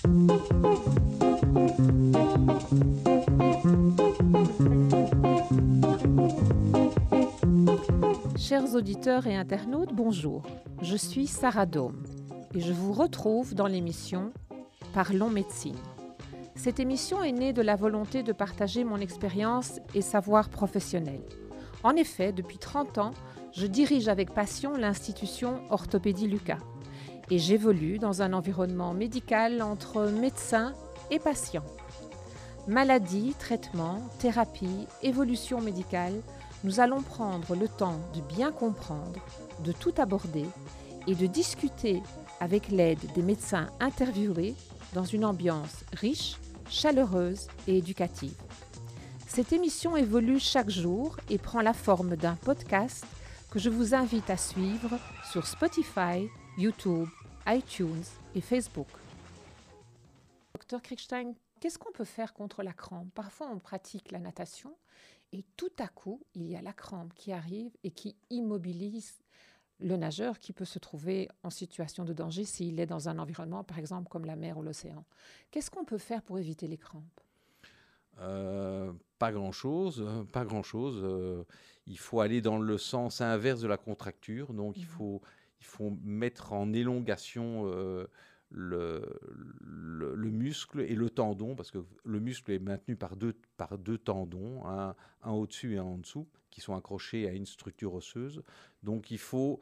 Chers auditeurs et internautes, bonjour. Je suis Sarah Dôme et je vous retrouve dans l'émission Parlons médecine. Cette émission est née de la volonté de partager mon expérience et savoir professionnel. En effet, depuis 30 ans, je dirige avec passion l'institution Orthopédie Lucas et j'évolue dans un environnement médical entre médecins et patients. Maladie, traitement, thérapie, évolution médicale, nous allons prendre le temps de bien comprendre, de tout aborder et de discuter avec l'aide des médecins interviewés dans une ambiance riche, chaleureuse et éducative. Cette émission évolue chaque jour et prend la forme d'un podcast que je vous invite à suivre sur Spotify, YouTube, iTunes et Facebook. Dr Kriegstein, qu'est-ce qu'on peut faire contre la crampe? Parfois, on pratique la natation et tout à coup, il y a la crampe qui arrive et qui immobilise le nageur qui peut se trouver en situation de danger s'il est dans un environnement, par exemple, comme la mer ou l'océan. Qu'est-ce qu'on peut faire pour éviter les crampes? Pas grand-chose. Il faut aller dans le sens inverse de la contracture. Donc, il faut mettre en élongation le muscle et le tendon, parce que le muscle est maintenu par deux tendons, un au-dessus et un en dessous, qui sont accrochés à une structure osseuse. Donc, il faut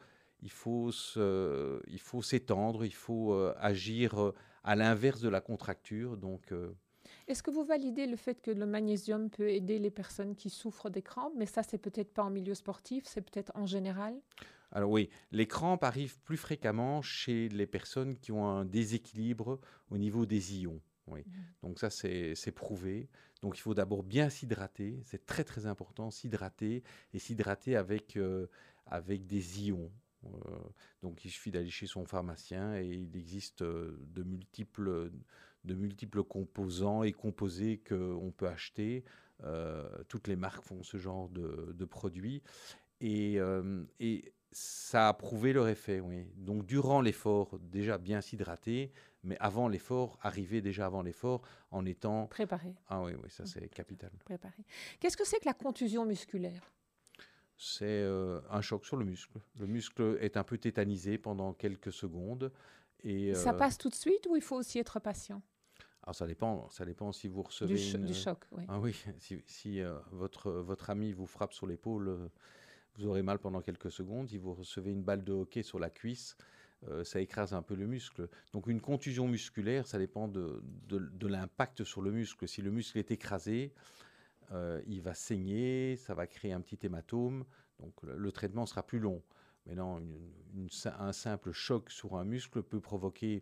s'étendre, il faut agir à l'inverse de la contracture. Donc, est-ce que vous validez le fait que le magnésium peut aider les personnes qui souffrent des crampes? Mais ça, c'est peut-être pas en milieu sportif, c'est peut-être en général. Alors oui, les crampes arrivent plus fréquemment chez les personnes qui ont un déséquilibre au niveau des ions. Oui. Donc ça, c'est prouvé. Donc il faut d'abord bien s'hydrater. C'est très très important, s'hydrater et s'hydrater avec des ions. Donc il suffit d'aller chez son pharmacien et il existe de multiples composants et composés qu'on peut acheter. Toutes les marques font ce genre de produits. Et ça a prouvé leur effet, oui. Donc, durant l'effort, déjà bien s'hydrater, mais avant l'effort, arriver déjà avant l'effort en étant... Préparé. Ah oui, ça c'est capital. Préparé. Qu'est-ce que c'est que la contusion musculaire? C'est un choc sur le muscle. Le muscle est un peu tétanisé pendant quelques secondes. Et, ça passe tout de suite ou il faut aussi être patient? Alors ça dépend si vous recevez du choc, oui. Ah oui, si votre ami vous frappe sur l'épaule... vous aurez mal pendant quelques secondes. Si vous recevez une balle de hockey sur la cuisse, ça écrase un peu le muscle. Donc une contusion musculaire, ça dépend de l'impact sur le muscle. Si le muscle est écrasé, il va saigner, ça va créer un petit hématome. Donc le traitement sera plus long. Maintenant, un simple choc sur un muscle peut provoquer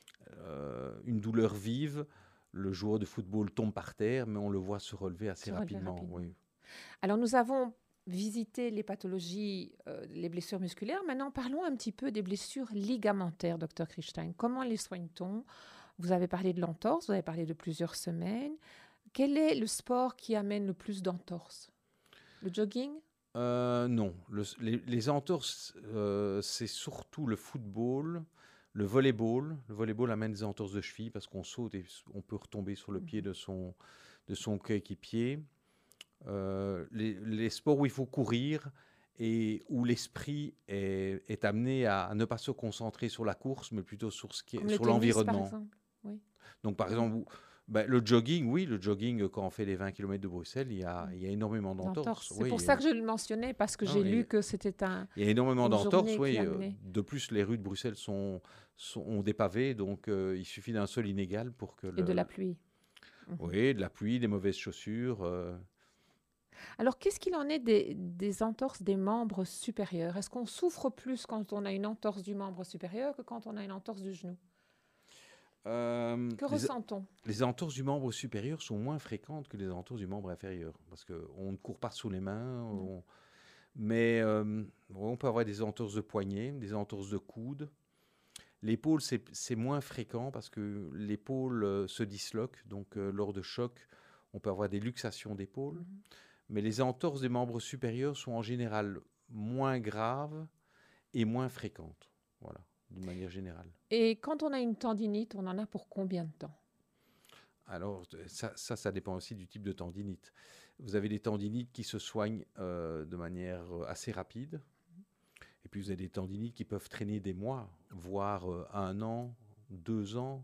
une douleur vive. Le joueur de football tombe par terre, mais on le voit se relever assez rapidement. Oui. Alors nous avons visiter les pathologies, les blessures musculaires. Maintenant, parlons un petit peu des blessures ligamentaires, Dr Kriegstein. Comment les soigne-t-on? Vous avez parlé de l'entorse, vous avez parlé de plusieurs semaines. Quel est le sport qui amène le plus d'entorses? Le jogging? Non. Les entorses, c'est surtout le football, le volleyball. Le volleyball amène des entorses de cheville parce qu'on saute et on peut retomber sur le pied de son coéquipier. Les sports où il faut courir et où l'esprit est amené à ne pas se concentrer sur la course, mais plutôt sur l'environnement. Par exemple. Oui. Donc, par exemple, le jogging, quand on fait les 20 km de Bruxelles, il y a énormément d'entorses. C'est pour ça que je le mentionnais, parce que j'ai lu que c'était il y a énormément d'entorses, oui. De plus, les rues de Bruxelles ont des pavés, donc il suffit d'un sol inégal pour que... Et de la pluie. Oui, de la pluie, des mauvaises chaussures... Alors, qu'est-ce qu'il en est des entorses des membres supérieurs? Est-ce qu'on souffre plus quand on a une entorse du membre supérieur que quand on a une entorse du genou? Que ressent-on? Les entorses du membre supérieur sont moins fréquentes que les entorses du membre inférieur, parce qu'on ne court pas sous les mains, mais on peut avoir des entorses de poignet, des entorses de coude. L'épaule, c'est moins fréquent parce que l'épaule se disloque, donc lors de choc, on peut avoir des luxations d'épaule. Mais les entorses des membres supérieurs sont en général moins graves et moins fréquentes. Voilà. d'une manière générale. Et quand on a une tendinite, on en a pour combien de temps? Alors, ça dépend aussi du type de tendinite. Vous avez des tendinites qui se soignent de manière assez rapide. Et puis, vous avez des tendinites qui peuvent traîner des mois, voire 1 an, 2 ans.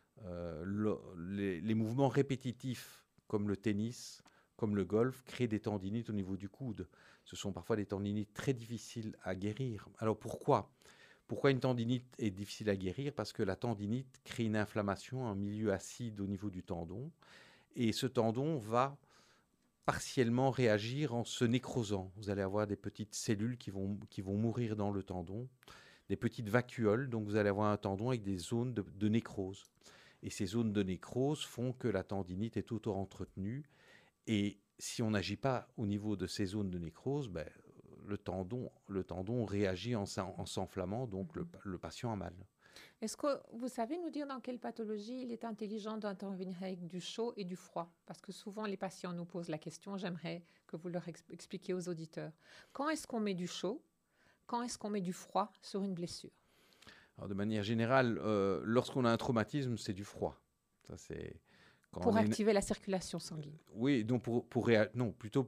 Les mouvements répétitifs, comme le tennis, comme le golf, créent des tendinites au niveau du coude. Ce sont parfois des tendinites très difficiles à guérir. Alors, pourquoi? Pourquoi une tendinite est difficile à guérir? Parce que la tendinite crée une inflammation, un milieu acide au niveau du tendon. Et ce tendon va partiellement réagir en se nécrosant. Vous allez avoir des petites cellules qui vont mourir dans le tendon, des petites vacuoles. Donc vous allez avoir un tendon avec des zones de nécrose. Et ces zones de nécrose font que la tendinite est auto-entretenue. Et si on n'agit pas au niveau de ces zones de nécrose, le tendon réagit en s'enflammant, donc le patient a mal. Est-ce que vous savez nous dire dans quelle pathologie il est intelligent d'intervenir avec du chaud et du froid? Parce que souvent les patients nous posent la question, j'aimerais que vous leur expliquiez aux auditeurs. Quand est-ce qu'on met du chaud? Quand est-ce qu'on met du froid sur une blessure? Alors, de manière générale, lorsqu'on a un traumatisme, c'est du froid. Ça, c'est pour activer la circulation sanguine. Oui, donc plutôt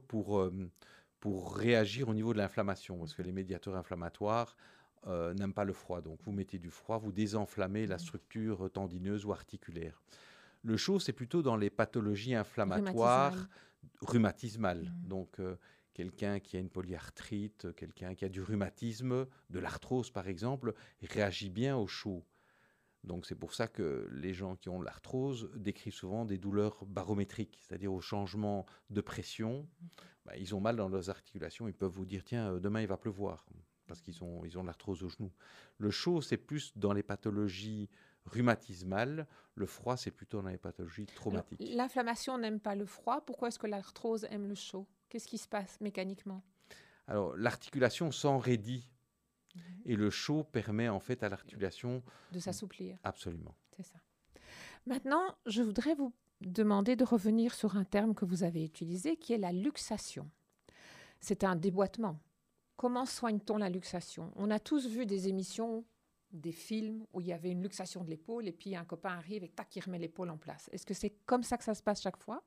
pour réagir au niveau de l'inflammation, parce que les médiateurs inflammatoires n'aiment pas le froid. Donc vous mettez du froid, vous désenflammez la structure tendineuse ou articulaire. Le chaud, c'est plutôt dans les pathologies inflammatoires rhumatismales. Donc quelqu'un qui a une polyarthrite, quelqu'un qui a du rhumatisme, de l'arthrose par exemple, réagit bien au chaud. Donc c'est pour ça que les gens qui ont de l'arthrose décrivent souvent des douleurs barométriques, c'est-à-dire au changement de pression, ils ont mal dans leurs articulations, ils peuvent vous dire tiens, demain il va pleuvoir, parce qu'ils ont de l'arthrose au genou. Le chaud, c'est plus dans les pathologies rhumatismales, le froid, c'est plutôt dans les pathologies traumatiques. Alors, l'inflammation n'aime pas le froid, pourquoi est-ce que l'arthrose aime le chaud? Qu'est-ce qui se passe mécaniquement? Alors l'articulation s'enraidit. Et le chaud permet en fait à l'articulation de s'assouplir. Absolument. C'est ça. Maintenant, je voudrais vous demander de revenir sur un terme que vous avez utilisé, qui est la luxation. C'est un déboîtement. Comment soigne-t-on la luxation? On a tous vu des émissions, des films où il y avait une luxation de l'épaule et puis un copain arrive et tac, il remet l'épaule en place. Est-ce que c'est comme ça que ça se passe chaque fois?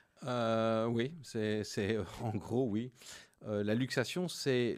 Oui, c'est en gros, oui. La luxation, c'est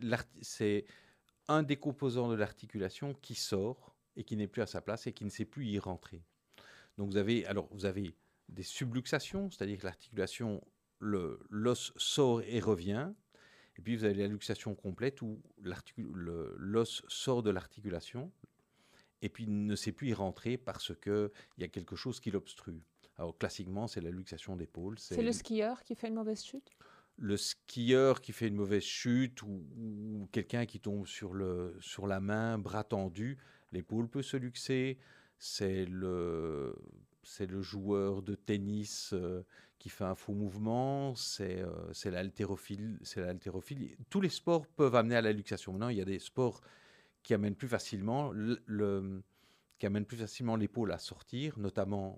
un des composants de l'articulation qui sort et qui n'est plus à sa place et qui ne sait plus y rentrer. Donc vous avez des subluxations, c'est-à-dire que l'articulation, l'os sort et revient. Et puis vous avez la luxation complète où l'os sort de l'articulation et puis ne sait plus y rentrer parce qu'il y a quelque chose qui l'obstrue. Alors classiquement, c'est la luxation d'épaule. C'est le skieur qui fait une mauvaise chute? Le skieur qui fait une mauvaise chute ou quelqu'un qui tombe sur la main, bras tendu, l'épaule peut se luxer. C'est le joueur de tennis qui fait un faux mouvement, c'est l'haltérophile. Tous les sports peuvent amener à la luxation. Maintenant, il y a des sports qui amènent plus facilement l'épaule à sortir, notamment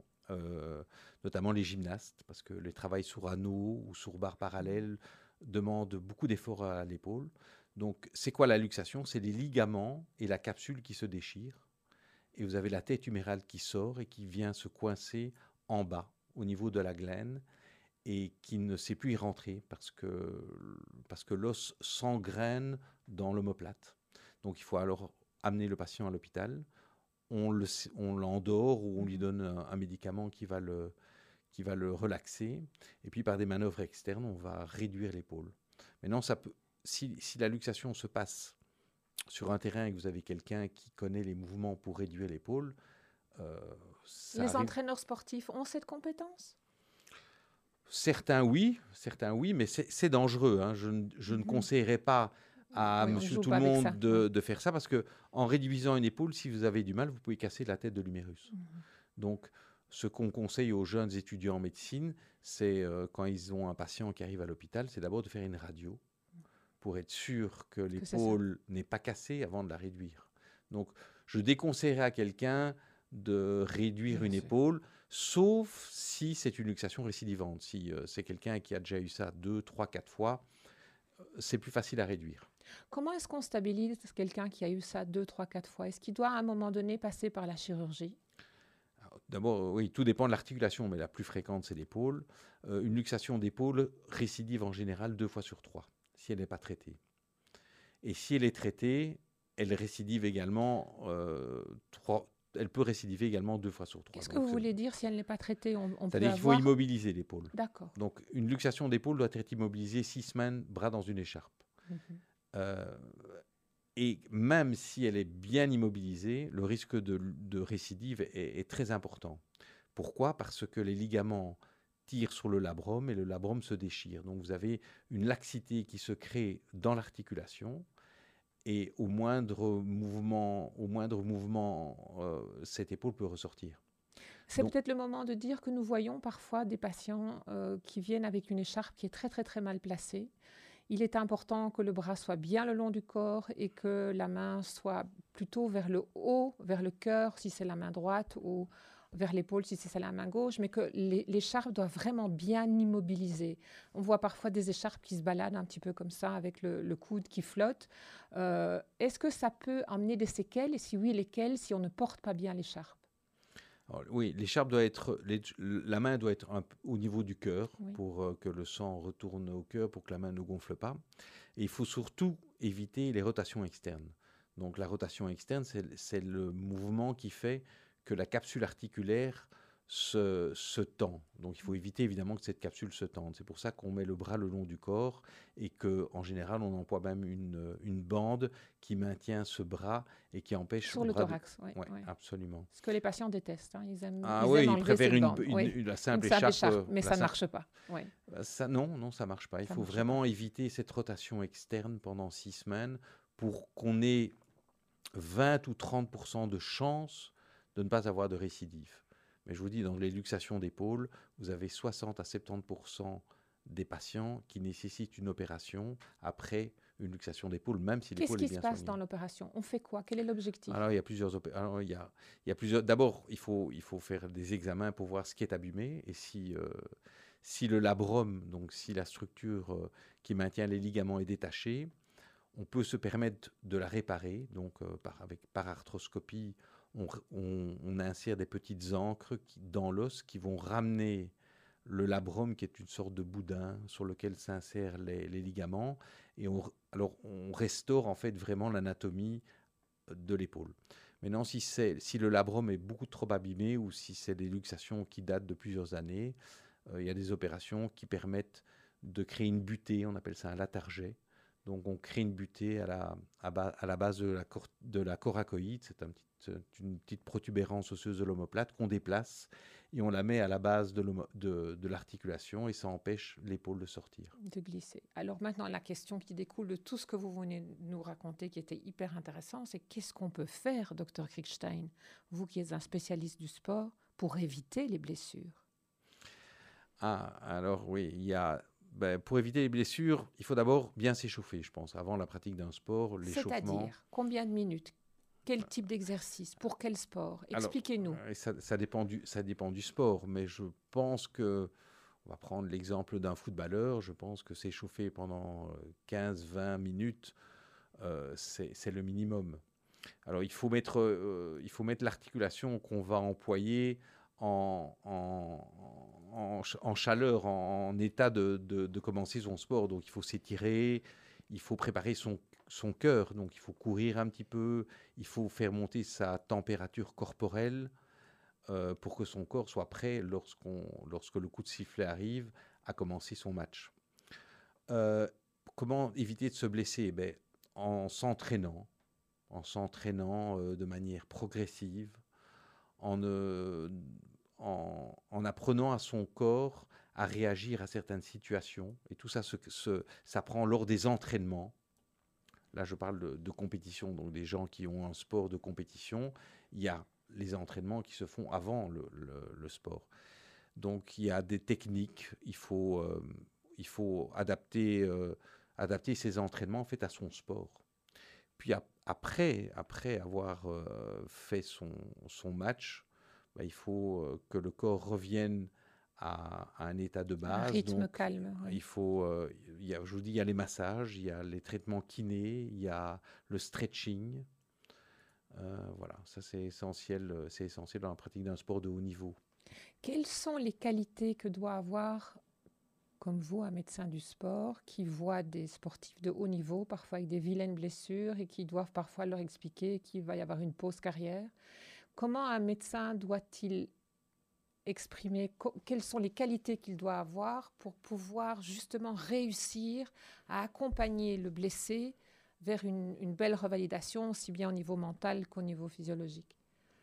les gymnastes, parce que les travail sur anneau ou sur barre parallèle demandent beaucoup d'efforts à l'épaule. Donc, c'est quoi la luxation? C'est les ligaments et la capsule qui se déchirent. Et vous avez la tête humérale qui sort et qui vient se coincer en bas, au niveau de la glène, et qui ne sait plus y rentrer parce que l'os s'engraine dans l'omoplate. Donc, il faut alors amener le patient à l'hôpital. On l'endort ou on lui donne un médicament qui va le relaxer. Et puis, par des manœuvres externes, on va réduire l'épaule. Maintenant, si la luxation se passe sur un terrain et que vous avez quelqu'un qui connaît les mouvements pour réduire l'épaule, les entraîneurs sportifs ont cette compétence? Certains oui, mais c'est dangereux. Hein. Je ne conseillerais pas à monsieur tout le monde de faire ça parce qu'en réduisant une épaule, si vous avez du mal, vous pouvez casser la tête de l'humérus. Donc, ce qu'on conseille aux jeunes étudiants en médecine, c'est quand ils ont un patient qui arrive à l'hôpital, c'est d'abord de faire une radio pour être sûr que l'épaule n'est pas cassée avant de la réduire. Donc, je déconseillerais à quelqu'un de réduire une épaule, sauf si c'est une luxation récidivante. Si c'est quelqu'un qui a déjà eu ça 2, 3, 4 fois, c'est plus facile à réduire. Comment est-ce qu'on stabilise quelqu'un qui a eu ça 2, 3, 4 fois? Est-ce qu'il doit à un moment donné passer par la chirurgie? Alors, d'abord, oui, tout dépend de l'articulation, mais la plus fréquente, c'est l'épaule. Une luxation d'épaule récidive en général 2 fois sur 3, si elle n'est pas traitée. Et si elle est traitée, elle récidive également, elle peut récidiver également 2 fois sur 3. Qu'est-ce que vous voulez dire si elle n'est pas traitée? On peut C'est-à-dire qu'il faut avoir... immobiliser l'épaule. D'accord. Donc, une luxation d'épaule doit être immobilisée 6 semaines, bras dans une écharpe. Mhm. Euh, et même si elle est bien immobilisée, le risque de récidive est très important. Pourquoi? Parce que les ligaments tirent sur le labrum et le labrum se déchire. Donc, vous avez une laxité qui se crée dans l'articulation. Et au moindre mouvement, cette épaule peut ressortir. C'est Donc, peut-être le moment de dire que nous voyons parfois des patients qui viennent avec une écharpe qui est très très très mal placée. Il est important que le bras soit bien le long du corps et que la main soit plutôt vers le haut, vers le cœur si c'est la main droite ou vers l'épaule si c'est la main gauche, mais que l'écharpe doit vraiment bien immobiliser. On voit parfois des écharpes qui se baladent un petit peu comme ça avec le coude qui flotte. Est-ce que ça peut amener des séquelles et si oui, lesquelles si on ne porte pas bien l'écharpe? alors, oui, l'écharpe doit être, la main doit être au niveau du cœur Oui. pour que le sang retourne au cœur, pour que la main ne gonfle pas. Et il faut surtout éviter les rotations externes. Donc la rotation externe, c'est le mouvement qui fait que la capsule articulaire se tend. Donc il faut éviter évidemment que cette capsule se tende. C'est pour ça qu'on met le bras le long du corps et qu'en général on emploie même une bande qui maintient ce bras et qui empêche Sur le le bras thorax, oui. Ouais, Oui. absolument. Ce que les patients détestent. Hein. Ils aiment Oui, ils enlever préfèrent cette bande. Oui. la Une simple simple écharpe. écharpe, mais ça ne marche pas. Oui. Non, ça marche pas. Il Ça faut marche vraiment éviter cette rotation externe pendant 6 semaines pour qu'on ait 20 ou 30% de chances de ne pas avoir de récidive. Mais je vous dis, dans les luxations d'épaule, vous avez 60 à 70% des patients qui nécessitent une opération après une luxation d'épaule, même si Qu'est-ce l'épaule est qui se bien passe soignée. dans l'opération? On fait quoi? Quel est l'objectif? Alors, il y a plusieurs alors, il y a plusieurs. D'abord, il faut faire des examens pour voir ce qui est abîmé et si le labrum, donc si la structure qui maintient les ligaments est détachée, on peut se permettre de la réparer. Donc, par arthroscopie, on insère des petites encres dans l'os qui vont ramener le labrum, qui est une sorte de boudin sur lequel s'insèrent les ligaments. Et alors, on restaure en fait vraiment l'anatomie de l'épaule. Maintenant, si le labrum est beaucoup trop abîmé ou si c'est des luxations qui datent de plusieurs années, il y a des opérations qui permettent de créer une butée, on appelle ça un latarjet. Donc on crée une butée à la base de la coracoïde, c'est une petite protubérance osseuse de l'omoplate qu'on déplace et on la met à la base de l'articulation et ça empêche l'épaule de sortir. De glisser. Alors maintenant, la question qui découle de tout ce que vous venez de nous raconter, qui était hyper intéressant, c'est qu'est-ce qu'on peut faire, docteur Kriegstein, vous qui êtes un spécialiste du sport, pour éviter les blessures? Alors oui, pour éviter les blessures, il faut d'abord bien s'échauffer, je pense, avant la pratique d'un sport, l'échauffement. C'est-à-dire, combien de minutes? Quel type d'exercice? Pour quel sport? Alors, Expliquez-nous. ça dépend du sport, mais je pense que, on va prendre l'exemple d'un footballeur, je pense que s'échauffer pendant 15-20 minutes, c'est le minimum. Alors, il faut mettre l'articulation qu'on va employer en chaleur, en état de commencer son sport. Donc, il faut s'étirer, il faut préparer son cœur. Donc, il faut courir un petit peu, il faut faire monter sa température corporelle pour que son corps soit prêt lorsque le coup de sifflet arrive à commencer son match. Comment éviter de se blesser? En s'entraînant de manière progressive, en apprenant à son corps à réagir à certaines situations. Et tout ça s'apprend lors des entraînements. Là, je parle de compétition, donc des gens qui ont un sport de compétition. Il y a les entraînements qui se font avant le sport. Donc, il y a des techniques. Il faut adapter ses entraînements en fait, à son sport. Puis après avoir fait son match, il faut que le corps revienne à un état de Un base. rythme Donc, calme. Oui. il faut, je vous dis, il y a les massages, il y a les traitements kinés, il y a le stretching. Voilà, ça c'est essentiel dans la pratique d'un sport de haut niveau. Quelles sont les qualités que doit avoir, comme vous, un médecin du sport qui voit des sportifs de haut niveau, parfois avec des vilaines blessures, et qui doivent parfois leur expliquer qu'il va y avoir une pause carrière? Comment un médecin doit-il exprimer, quelles sont les qualités qu'il doit avoir pour pouvoir justement réussir à accompagner le blessé vers une belle revalidation, aussi bien au niveau mental qu'au niveau physiologique?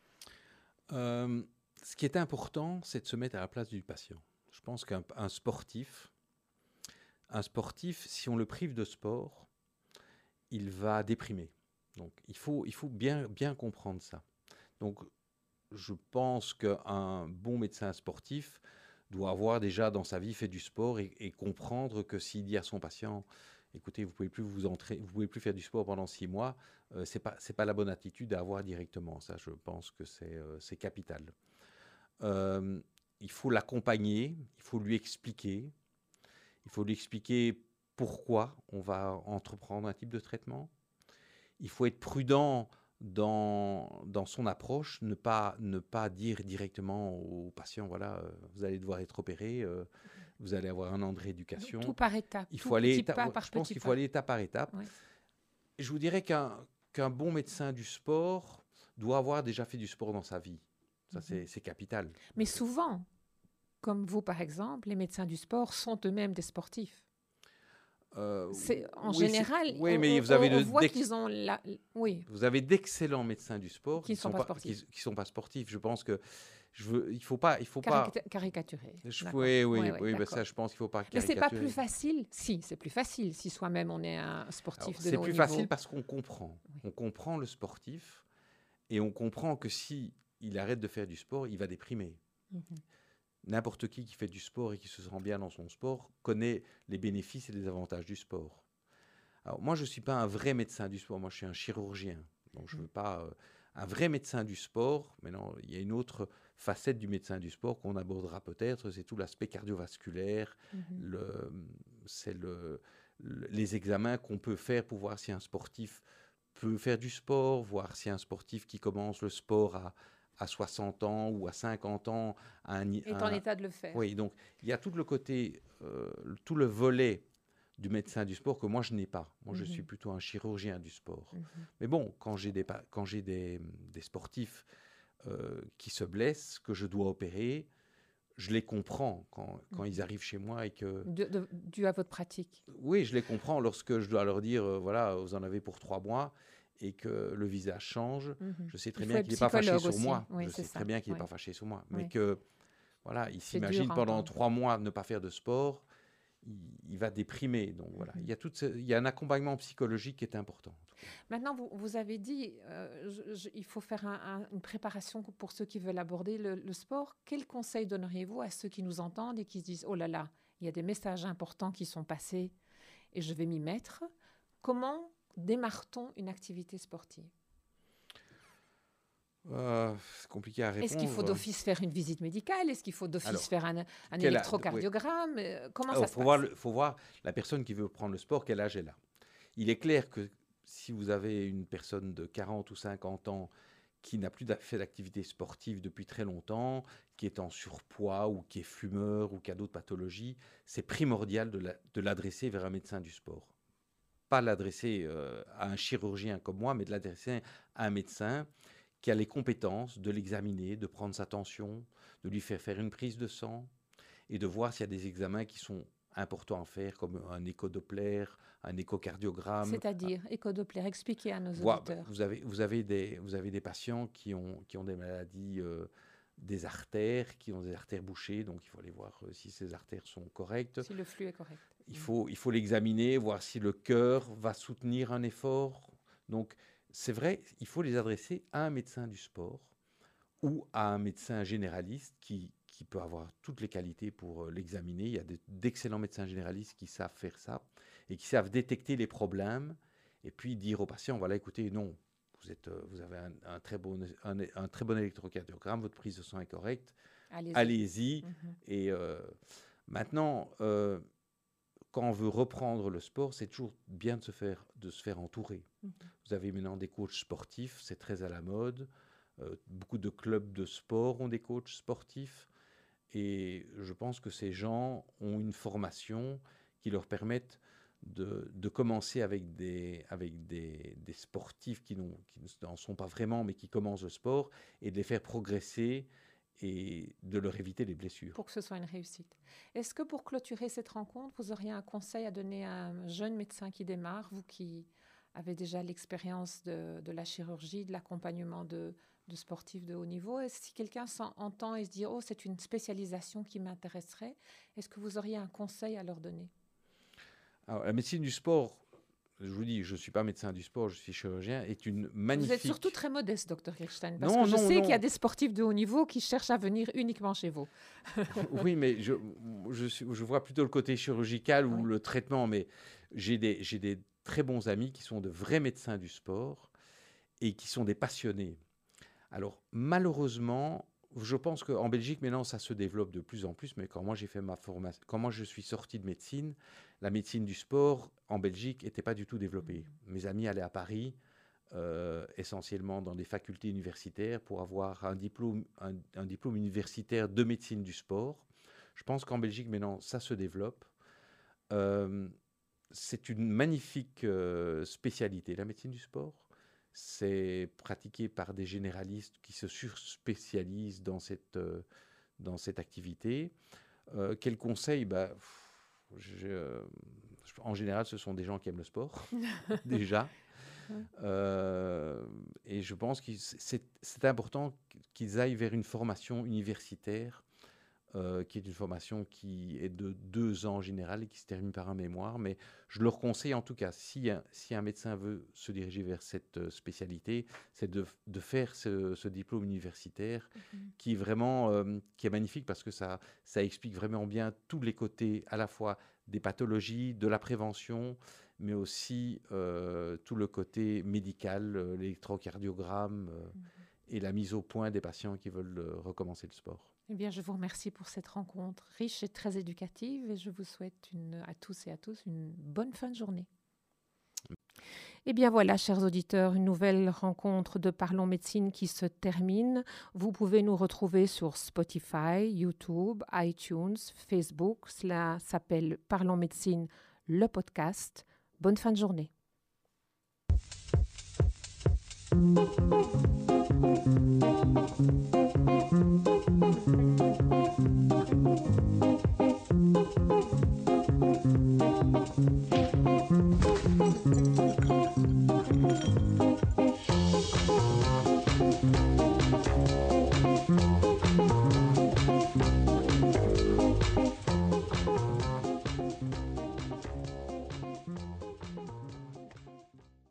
Ce qui est important, c'est de se mettre à la place du patient. Je pense qu'un sportif, si on le prive de sport, il va déprimer. Donc, il faut bien comprendre ça. Donc, je pense qu'un bon médecin sportif doit avoir déjà dans sa vie fait du sport et comprendre que s'il dit à son patient, écoutez, vous pouvez plus faire du sport pendant 6 mois, c'est pas la bonne attitude à avoir directement. Ça, je pense que c'est capital. Il faut l'accompagner, il faut lui expliquer pourquoi on va entreprendre un type de traitement. Il faut être prudent dans son approche, ne pas dire directement au patient, voilà, vous allez devoir être opéré, vous allez avoir un an de rééducation. Tout par étapes, Il tout faut aller petit pas par je pense petit qu'il pas. faut aller étape par étape. Oui. Et je vous dirais qu'un bon médecin du sport doit avoir déjà fait du sport dans sa vie. Ça, c'est capital. Mais souvent, comme vous par exemple, les médecins du sport sont eux-mêmes des sportifs. En général, mais on voit qu'ils ont vous avez d'excellents médecins du sport qui ne sont pas sportifs. qui sont pas sportifs. Je pense que il faut pas caricaturer. Oui, bah ça, je pense qu'il faut pas caricaturer. Mais c'est pas plus facile. Si, c'est plus facile si soi-même on est un sportif de haut niveau. C'est plus facile parce qu'on comprend. Oui. On comprend le sportif et on comprend que si il arrête de faire du sport, il va déprimer. N'importe qui fait du sport et qui se sent bien dans son sport connaît les bénéfices et les avantages du sport. Alors, moi, je ne suis pas un vrai médecin du sport. Moi, je suis un chirurgien. Donc, je ne veux pas un vrai médecin du sport. Mais non, il y a une autre facette du médecin du sport qu'on abordera peut-être. C'est tout l'aspect cardiovasculaire. Les examens qu'on peut faire pour voir si un sportif peut faire du sport, voir si un sportif qui commence le sport à 60 ans ou à 50 ans est en état de le faire. Oui, donc il y a tout le côté, tout le volet du médecin du sport que moi je n'ai pas. Moi je suis plutôt un chirurgien du sport. Mais bon, quand j'ai des sportifs qui se blessent, que je dois opérer, je les comprends quand ils arrivent chez moi et que... Dû à votre pratique. Oui, je les comprends lorsque je dois leur dire, voilà, vous en avez pour 3 mois et que le visage change. Je sais très bien qu'il n'est pas fâché sur moi. Oui, je sais très bien qu'il n'est pas fâché sur moi. Mais que, voilà, il s'imagine pendant 3 mois ne pas faire de sport, il va déprimer. Donc voilà, il y a un accompagnement psychologique qui est important. Maintenant, vous avez dit, il faut faire une préparation pour ceux qui veulent aborder le sport. Quel conseil donneriez-vous à ceux qui nous entendent et qui se disent, oh là là, il y a des messages importants qui sont passés et je vais m'y mettre. Comment démarre-t-on une activité sportive? C'est compliqué à répondre. Est-ce qu'il faut d'office faire une visite médicale? Est-ce qu'il faut d'office faire un électrocardiogramme? Comment ça se passe? Il faut voir la personne qui veut prendre le sport, quel âge elle a. Il est clair que si vous avez une personne de 40 ou 50 ans qui n'a plus fait d'activité sportive depuis très longtemps, qui est en surpoids ou qui est fumeur ou qui a d'autres pathologies, c'est primordial de l'adresser vers un médecin du sport. Pas l'adresser à un chirurgien comme moi, mais de l'adresser à un médecin qui a les compétences de l'examiner, de prendre sa tension, de lui faire une prise de sang et de voir s'il y a des examens qui sont importants à faire, comme un échodoppler, un échocardiogramme. C'est-à-dire, échodoppler, expliquez à nos auditeurs. Vous avez des patients qui ont des maladies des artères, qui ont des artères bouchées, donc il faut aller voir si ces artères sont correctes. Si le flux est correct. Il faut l'examiner, voir si le cœur va soutenir un effort. Donc, c'est vrai, il faut les adresser à un médecin du sport ou à un médecin généraliste qui peut avoir toutes les qualités pour l'examiner. Il y a d'excellents médecins généralistes qui savent faire ça et qui savent détecter les problèmes et puis dire au patient, voilà, écoutez, non, vous avez un très bon électrocardiogramme, votre prise de sang est correcte, Allez-y. allez-y. Et maintenant, quand on veut reprendre le sport, c'est toujours bien de se faire entourer. Vous avez maintenant des coachs sportifs, c'est très à la mode. Beaucoup de clubs de sport ont des coachs sportifs. Et je pense que ces gens ont une formation qui leur permettent de commencer avec des sportifs qui n'en sont pas vraiment, mais qui commencent le sport, et de les faire progresser et de leur éviter les blessures. Pour que ce soit une réussite. Est-ce que pour clôturer cette rencontre, vous auriez un conseil à donner à un jeune médecin qui démarre, vous qui avez déjà l'expérience de la chirurgie, de l'accompagnement de sportifs de haut niveau? Et si quelqu'un s'entend et se dit « Oh, c'est une spécialisation qui m'intéresserait », est-ce que vous auriez un conseil à leur donner? Alors, la médecine du sport, je vous dis, je ne suis pas médecin du sport, je suis chirurgien, est une magnifique... Vous êtes surtout très modeste, Dr Kirstein, parce que je sais qu'il y a des sportifs de haut niveau qui cherchent à venir uniquement chez vous. Oui, mais je vois plutôt le côté chirurgical ou le traitement, mais j'ai des très bons amis qui sont de vrais médecins du sport et qui sont des passionnés. Alors, malheureusement, je pense qu'en Belgique, maintenant, ça se développe de plus en plus, mais quand moi j'ai fait ma formation, quand moi je suis sorti de médecine, la médecine du sport en Belgique n'était pas du tout développée. Mes amis allaient à Paris, essentiellement dans des facultés universitaires, pour avoir un diplôme universitaire de médecine du sport. Je pense qu'en Belgique, maintenant, ça se développe. C'est une magnifique spécialité, la médecine du sport. C'est pratiqué par des généralistes qui se surspécialisent dans cette activité. Quel conseil? En général, ce sont des gens qui aiment le sport, déjà. Et je pense que c'est important qu'ils aillent vers une formation universitaire, qui est une formation qui est de 2 ans en général et qui se termine par un mémoire. Mais je leur conseille en tout cas, si un médecin veut se diriger vers cette spécialité, c'est de faire ce diplôme universitaire qui est vraiment qui est magnifique, parce que ça explique vraiment bien tous les côtés, à la fois des pathologies, de la prévention, mais aussi tout le côté médical, l'électrocardiogramme et la mise au point des patients qui veulent recommencer le sport. Eh bien, je vous remercie pour cette rencontre riche et très éducative, et je vous souhaite à tous et à tous une bonne fin de journée. Eh bien voilà, chers auditeurs, une nouvelle rencontre de Parlons Médecine qui se termine. Vous pouvez nous retrouver sur Spotify, YouTube, iTunes, Facebook. Cela s'appelle Parlons Médecine, le podcast. Bonne fin de journée.